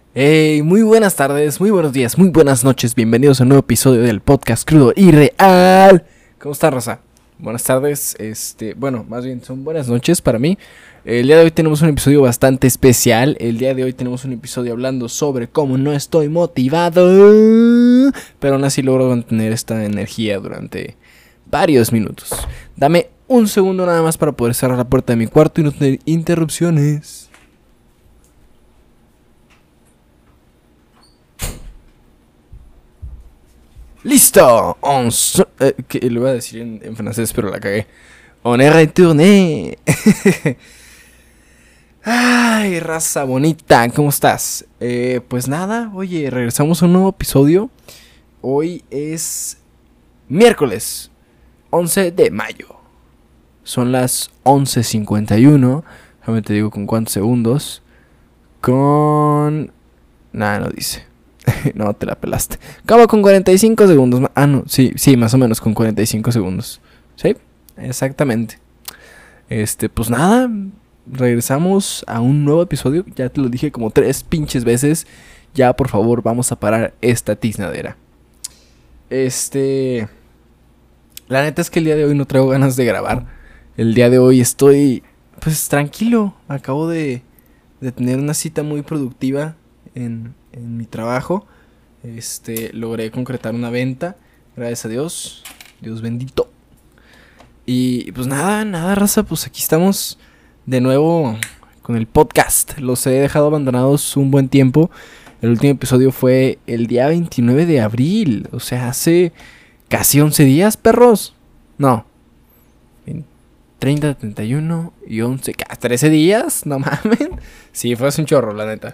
Hey, muy buenas tardes, muy buenos días, muy buenas noches. Bienvenidos a un nuevo episodio del podcast Crudo y Real. ¿Cómo está, raza? Buenas tardes, bueno, más bien son buenas noches para mí. El día de hoy tenemos un episodio bastante especial. El día de hoy tenemos un episodio hablando sobre cómo no estoy motivado, pero aún así logro mantener esta energía durante varios minutos. Dame un segundo nada más para poder cerrar la puerta de mi cuarto y no tener interrupciones. ¡Listo! Que lo voy a decir en francés, pero la cagué. On est retourné. Ay, raza bonita, ¿cómo estás? Pues nada, oye, regresamos a un nuevo episodio. Hoy es miércoles 11 de mayo. Son las 11:51. Déjame te digo con cuántos segundos. Con... Nada, no dice. No, te la pelaste. Como con 45 segundos. Ah, no, sí, más o menos con 45 segundos. Sí, exactamente. Pues nada, regresamos a un nuevo episodio. Ya te lo dije como 3 pinches veces. Ya, por favor, vamos a parar esta tiznadera. La neta es que el día de hoy no traigo ganas de grabar. El día de hoy estoy, pues, tranquilo. Acabo de tener una cita muy productiva en mi trabajo. Logré concretar una venta, gracias a Dios, Dios bendito. Y pues nada, raza, pues aquí estamos de nuevo con el podcast. Los he dejado abandonados un buen tiempo. El último episodio fue el día 29 de abril, o sea, hace casi 11 días, perros. No, 30, 31 y 11, 13 días, no mames. Sí, fue hace un chorro, la neta.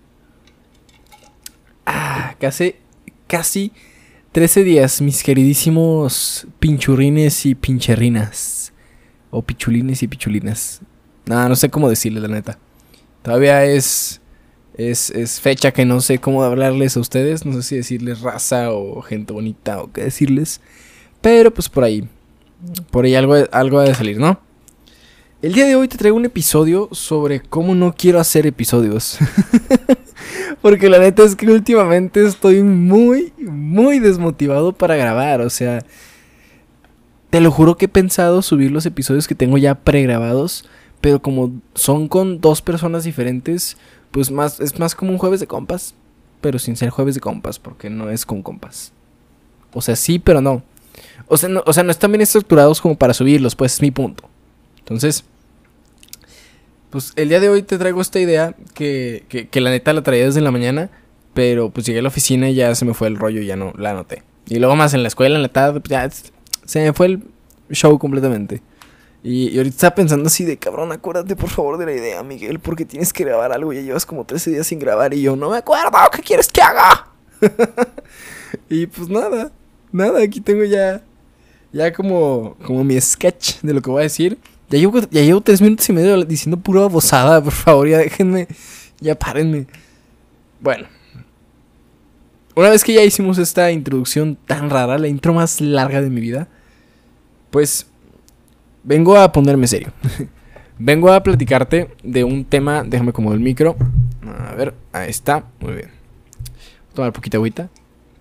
Casi 13 días, mis queridísimos pinchurrines y pincherrinas. O pichulines y pichulinas. No sé cómo decirles, la neta. Todavía es fecha que no sé cómo hablarles a ustedes. No sé si decirles raza o gente bonita o qué decirles. Pero pues por ahí algo ha de salir, ¿no? El día de hoy te traigo un episodio sobre cómo no quiero hacer episodios. Porque la neta es que últimamente estoy muy desmotivado para grabar. O sea, te lo juro que he pensado subir los episodios que tengo ya pregrabados. Pero como son con 2 personas diferentes, pues es más como un jueves de compas. Pero sin ser jueves de compas, porque no es con compas. O sea, sí, pero no. O sea, no están bien estructurados como para subirlos, pues es mi punto. Entonces, pues el día de hoy te traigo esta idea que la neta la traía desde la mañana. Pero pues llegué a la oficina y ya se me fue el rollo y ya no la anoté. Y luego más en la escuela, en la tarde, pues ya se me fue el show completamente. Y ahorita estaba pensando así de, cabrón, acuérdate por favor de la idea, Miguel, porque tienes que grabar algo. Ya llevas como 13 días sin grabar y yo no me acuerdo, ¿qué quieres que haga? Y pues nada, aquí tengo ya como mi sketch de lo que voy a decir. Ya llevo 3 minutos y medio diciendo pura babosada, por favor, ya déjenme, ya párenme. Bueno, una vez que ya hicimos esta introducción tan rara, la intro más larga de mi vida, pues vengo a ponerme serio. Vengo a platicarte de un tema, déjame acomodar el micro. A ver, ahí está, muy bien. Voy a tomar poquita agüita.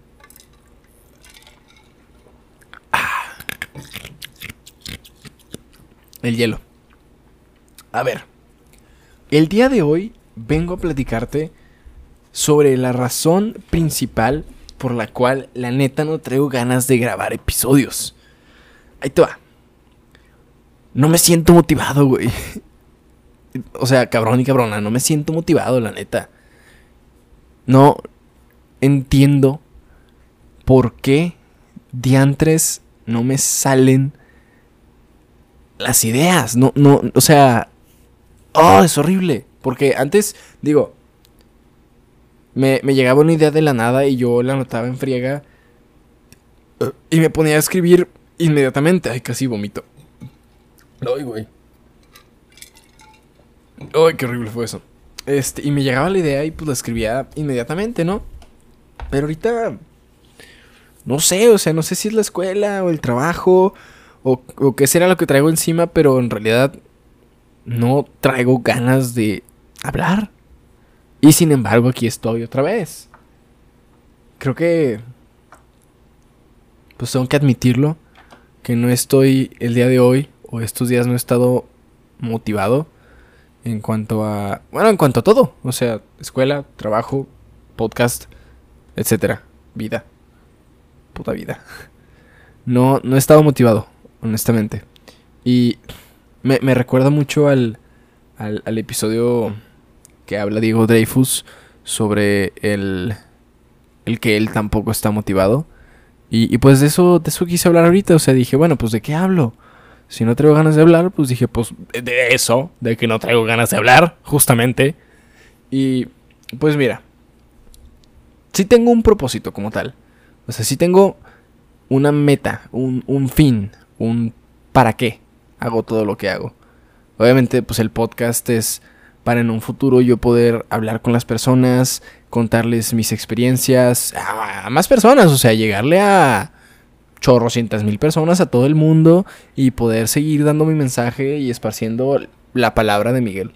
El hielo. A ver, el día de hoy vengo a platicarte sobre la razón principal por la cual la neta no traigo ganas de grabar episodios. Ahí te va. No me siento motivado, güey. O sea, cabrón y cabrona, no me siento motivado, la neta. No entiendo por qué diantres no me salen las ideas. No, o sea... Oh, es horrible. Porque antes, digo, me llegaba una idea de la nada y yo la anotaba en friega y me ponía a escribir inmediatamente. Ay, casi vomito. Ay, güey. Ay, qué horrible fue eso. Y me llegaba la idea y pues la escribía inmediatamente, ¿no? Pero ahorita... No sé, o sea, no sé si es la escuela o el trabajo o qué será lo que traigo encima, pero en realidad no traigo ganas de hablar. Y sin embargo, aquí estoy otra vez. Creo que, pues tengo que admitirlo, que no estoy el día de hoy, o estos días no he estado motivado en cuanto a, bueno, en cuanto a todo. O sea, escuela, trabajo, podcast, etcétera. Vida. Puta vida. No he estado motivado, honestamente. Y me recuerda mucho al episodio que habla Diego Dreyfus sobre el que él tampoco está motivado. Y pues de eso quise hablar ahorita. O sea, dije, bueno, pues ¿de qué hablo? Si no traigo ganas de hablar, pues dije, pues de eso, de que no traigo ganas de hablar, justamente. Y pues mira, sí tengo un propósito como tal. O sea, sí tengo una meta, un fin, un para qué hago todo lo que hago. Obviamente, pues el podcast es para en un futuro yo poder hablar con las personas, contarles mis experiencias a más personas, o sea, llegarle a chorrocientas mil personas, a todo el mundo, y poder seguir dando mi mensaje y esparciendo la palabra de Miguel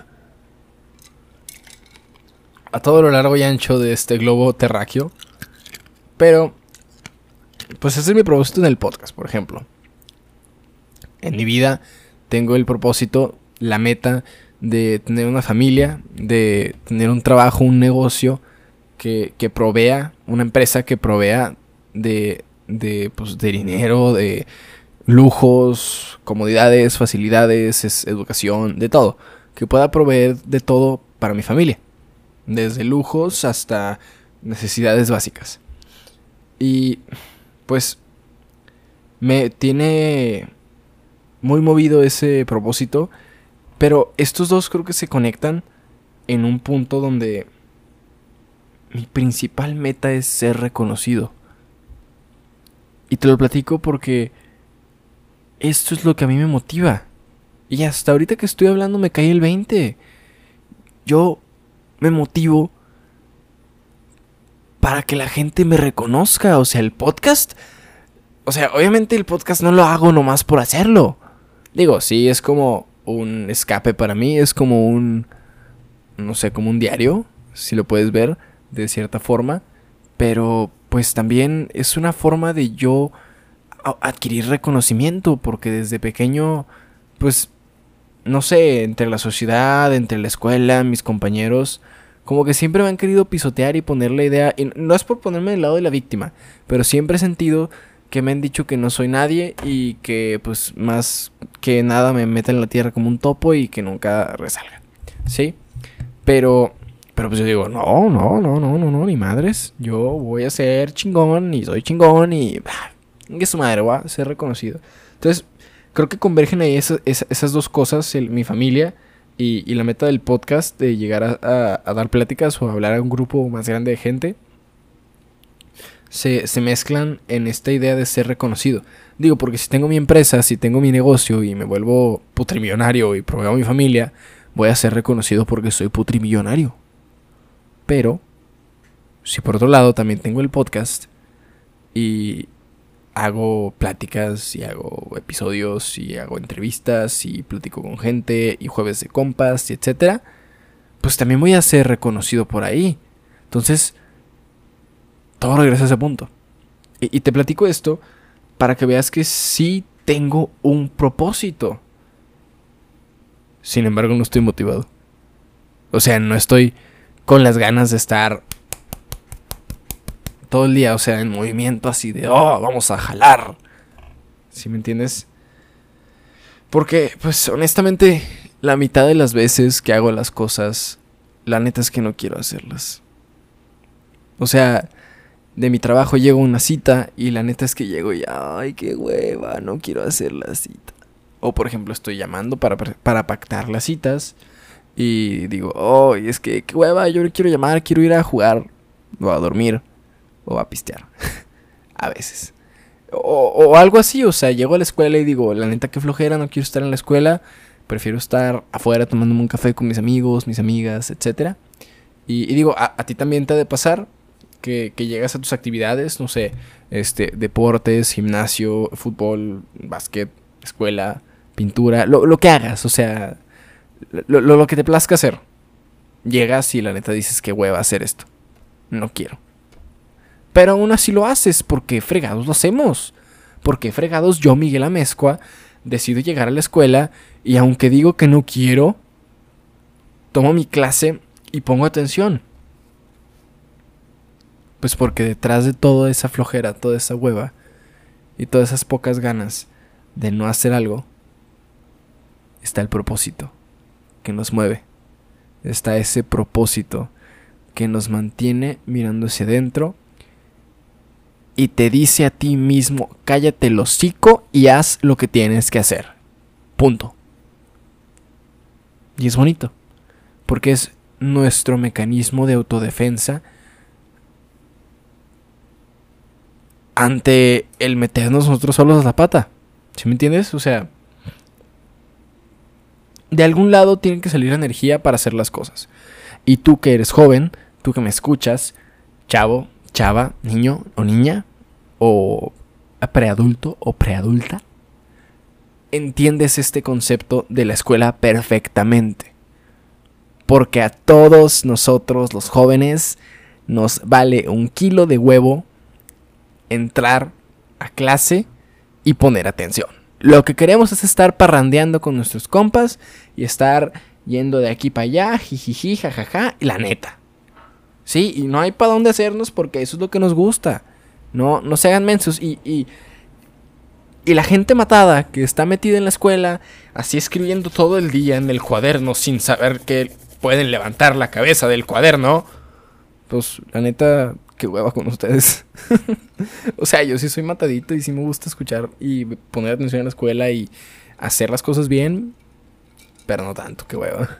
a todo lo largo y ancho de este globo terráqueo. Pero pues ese es mi propósito en el podcast, por ejemplo. En mi vida tengo el propósito, la meta de tener una familia, de tener un trabajo, un negocio que provea, una empresa que provea pues, de dinero, de lujos, comodidades, facilidades, educación, de todo. Que pueda proveer de todo para mi familia. Desde lujos hasta necesidades básicas. Y pues me tiene muy movido ese propósito. Pero estos dos creo que se conectan en un punto donde mi principal meta es ser reconocido. Y te lo platico porque esto es lo que a mí me motiva. Y hasta ahorita que estoy hablando me cae el 20. Yo me motivo para que la gente me reconozca. O sea, el podcast, o sea, obviamente el podcast no lo hago nomás por hacerlo. Digo, sí, es como un escape para mí, es como un, no sé, como un diario, si lo puedes ver de cierta forma. Pero pues también es una forma de yo adquirir reconocimiento, porque desde pequeño, pues, no sé, entre la sociedad, entre la escuela, mis compañeros, como que siempre me han querido pisotear y poner la idea, y no es por ponerme del lado de la víctima, pero siempre he sentido que me han dicho que no soy nadie y que pues más que nada me meten en la tierra como un topo y que nunca resalga, ¿sí? Pero pues yo digo, no, ni madres, yo voy a ser chingón y soy chingón y que su madre va a ser reconocido. Entonces, creo que convergen ahí esas dos cosas, mi familia y la meta del podcast de llegar a dar pláticas o a hablar a un grupo más grande de gente. Se mezclan en esta idea de ser reconocido. Digo, porque si tengo mi empresa, si tengo mi negocio y me vuelvo putrimillonario y proveo a mi familia, voy a ser reconocido porque soy putrimillonario. Pero, si por otro lado también tengo el podcast y hago pláticas y hago episodios y hago entrevistas y platico con gente y jueves de compas y etcétera, pues también voy a ser reconocido por ahí. Entonces, todo regresa a ese punto. Y te platico esto para que veas que sí tengo un propósito. Sin embargo, no estoy motivado. O sea, no estoy con las ganas de estar todo el día, o sea, en movimiento así de, vamos a jalar. ¿Sí me entiendes? Porque, pues, honestamente, la mitad de las veces que hago las cosas, la neta es que no quiero hacerlas. O sea, de mi trabajo llego a una cita y la neta es que llego y ay, qué hueva, no quiero hacer la cita. O por ejemplo estoy llamando para pactar las citas y digo, es que qué hueva, yo no quiero llamar, quiero ir a jugar o a dormir o a pistear. A veces. O algo así, o sea, llego a la escuela y digo, la neta qué flojera, no quiero estar en la escuela, prefiero estar afuera tomándome un café con mis amigos, mis amigas, etcétera. Y digo, a ti también te ha de pasar que llegas a tus actividades, no sé, deportes, gimnasio, fútbol, básquet, escuela, pintura, lo que hagas, o sea, lo que te plazca hacer. llegas y la neta dices que hueva hacer esto. No quiero. Pero aún así lo haces, porque fregados lo hacemos. Porque fregados yo, Miguel Amezcua, decido llegar a la escuela y aunque digo que no quiero, tomo mi clase y pongo atención. Pues porque detrás de toda esa flojera, toda esa hueva y todas esas pocas ganas de no hacer algo, está el propósito que nos mueve. Está ese propósito que nos mantiene mirando hacia adentro y te dice a ti mismo, cállate el hocico y haz lo que tienes que hacer. Punto. Y es bonito, porque es nuestro mecanismo de autodefensa ante el meternos nosotros solos a la pata. ¿Sí me entiendes? O sea, de algún lado tiene que salir energía para hacer las cosas. Y tú que eres joven, tú que me escuchas, chavo, chava, niño o niña, o preadulto o preadulta, entiendes este concepto de la escuela perfectamente. Porque a todos nosotros, los jóvenes, nos vale un kilo de huevo entrar a clase y poner atención. Lo que queremos es estar parrandeando con nuestros compas y estar yendo de aquí para allá, jijiji, jajaja, y la neta. Sí, y no hay para dónde hacernos porque eso es lo que nos gusta. No se hagan mensos. Y la gente matada que está metida en la escuela, así escribiendo todo el día en el cuaderno sin saber que pueden levantar la cabeza del cuaderno, pues la neta, qué hueva con ustedes. O sea, yo sí soy matadito y sí me gusta escuchar y poner atención en la escuela y hacer las cosas bien, pero no tanto, qué hueva.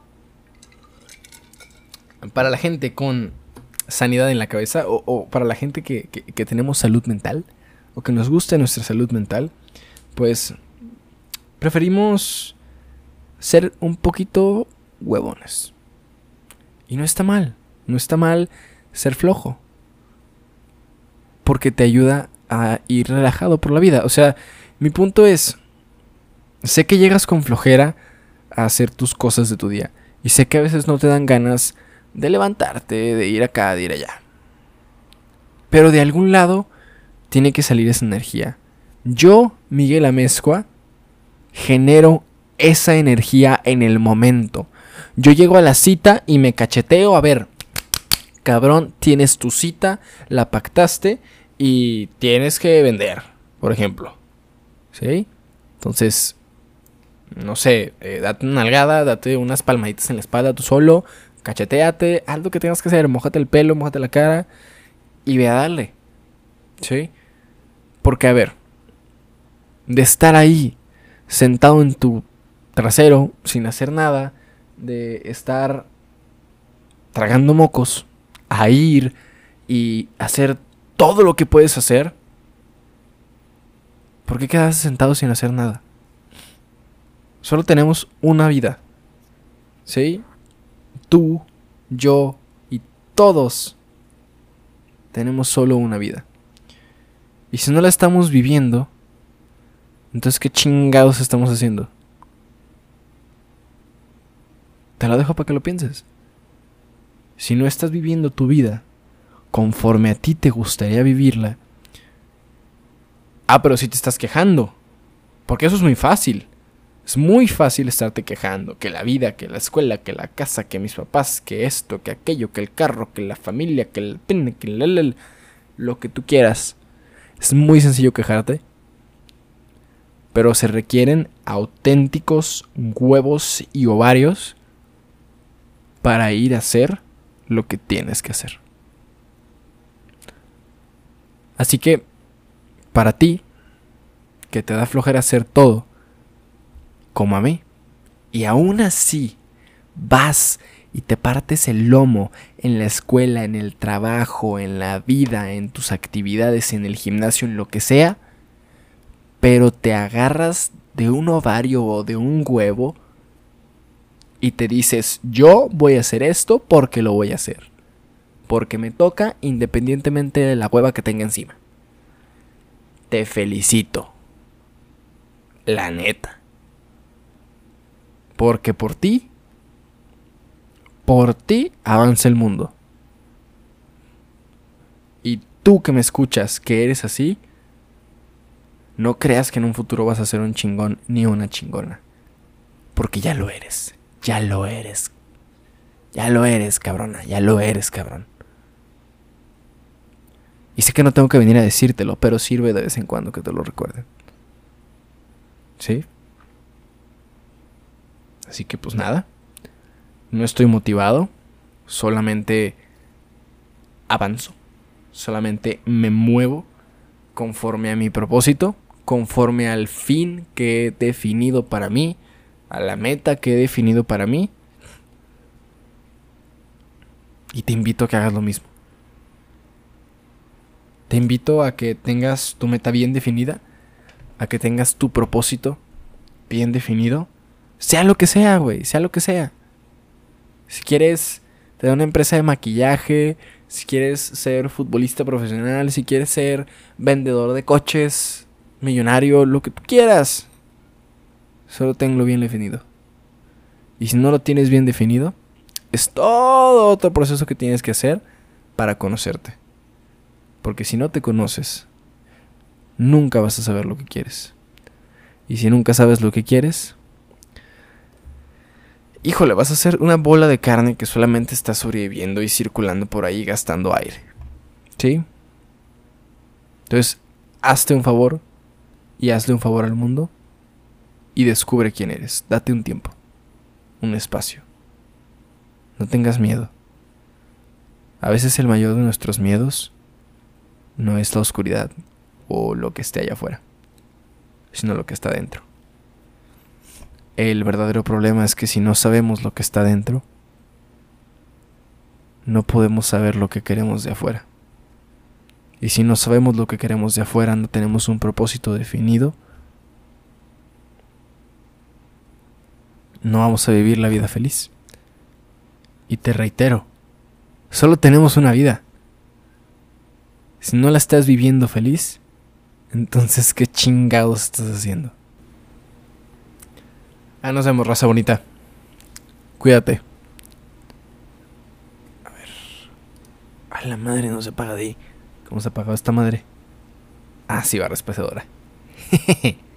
Para la gente con sanidad en la cabeza o para la gente que tenemos salud mental o que nos gusta nuestra salud mental, pues preferimos ser un poquito huevones. Y no está mal, no está mal ser flojo, porque te ayuda a ir relajado por la vida. O sea, mi punto es, sé que llegas con flojera a hacer tus cosas de tu día y sé que a veces no te dan ganas de levantarte, de ir acá, de ir allá, pero de algún lado tiene que salir esa energía. Yo, Miguel Amezcua, genero esa energía en el momento. Yo llego a la cita y me cacheteo, a ver, cabrón, tienes tu cita, la pactaste y tienes que vender, por ejemplo. ¿Sí? Entonces, no sé, date una nalgada, date unas palmaditas en la espalda tú solo, cacheteate, haz lo que tengas que hacer, mójate el pelo, mójate la cara y ve a darle. ¿Sí? Porque, a ver, de estar ahí, sentado en tu trasero, sin hacer nada, de estar tragando mocos, a ir y hacer todo lo que puedes hacer, ¿por qué quedas sentado sin hacer nada? Solo tenemos una vida, ¿sí? Tú, yo y todos tenemos solo una vida. Y si no la estamos viviendo, entonces ¿qué chingados estamos haciendo? Te lo dejo para que lo pienses. Si no estás viviendo tu vida conforme a ti te gustaría vivirla, pero si te estás quejando, porque eso es muy fácil. Es muy fácil estarte quejando, que la vida, que la escuela, que la casa, que mis papás, que esto, que aquello, que el carro, que la familia, que el pene, que lo que tú quieras. Es muy sencillo quejarte, pero se requieren auténticos huevos y ovarios para ir a hacer lo que tienes que hacer. Así que, para ti, que te da flojera hacer todo, como a mí, y aún así vas y te partes el lomo en la escuela, en el trabajo, en la vida, en tus actividades, en el gimnasio, en lo que sea, pero te agarras de un ovario o de un huevo y te dices, yo voy a hacer esto porque lo voy a hacer, porque me toca independientemente de la hueva que tenga encima. Te felicito, la neta, porque por ti por ti avanza el mundo. Y tú que me escuchas, que eres así, no creas que en un futuro vas a ser un chingón ni una chingona. Porque ya lo eres. Ya lo eres. Ya lo eres, cabrona. Ya lo eres, cabrón. Y sé que no tengo que venir a decírtelo, pero sirve de vez en cuando que te lo recuerden. ¿Sí? Así que pues nada. No estoy motivado. Solamente avanzo. Solamente me muevo conforme a mi propósito. Conforme al fin que he definido para mí. A la meta que he definido para mí. Y te invito a que hagas lo mismo. Te invito a que tengas tu meta bien definida. A que tengas tu propósito bien definido. Sea lo que sea, güey. Sea lo que sea. Si quieres tener una empresa de maquillaje. Si quieres ser futbolista profesional. Si quieres ser vendedor de coches. Millonario. Lo que tú quieras. Solo tenlo bien definido. Y si no lo tienes bien definido, es todo otro proceso que tienes que hacer para conocerte. Porque si no te conoces, nunca vas a saber lo que quieres. Y si nunca sabes lo que quieres, híjole, vas a ser una bola de carne que solamente está sobreviviendo y circulando por ahí gastando aire. ¿Sí? Entonces, hazte un favor y hazle un favor al mundo y descubre quién eres. Date un tiempo, un espacio. No tengas miedo. A veces el mayor de nuestros miedos no es la oscuridad o lo que esté allá afuera, sino lo que está dentro. El verdadero problema es que si no sabemos lo que está dentro, no podemos saber lo que queremos de afuera. Y si no sabemos lo que queremos de afuera, no tenemos un propósito definido, no vamos a vivir la vida feliz. Y te reitero, solo tenemos una vida. Si no la estás viviendo feliz, entonces ¿qué chingados estás haciendo? Nos vemos, raza bonita. Cuídate. A ver. A la madre, no se apaga de ahí. ¿Cómo se apagó esta madre? Sí, barra espaciadora.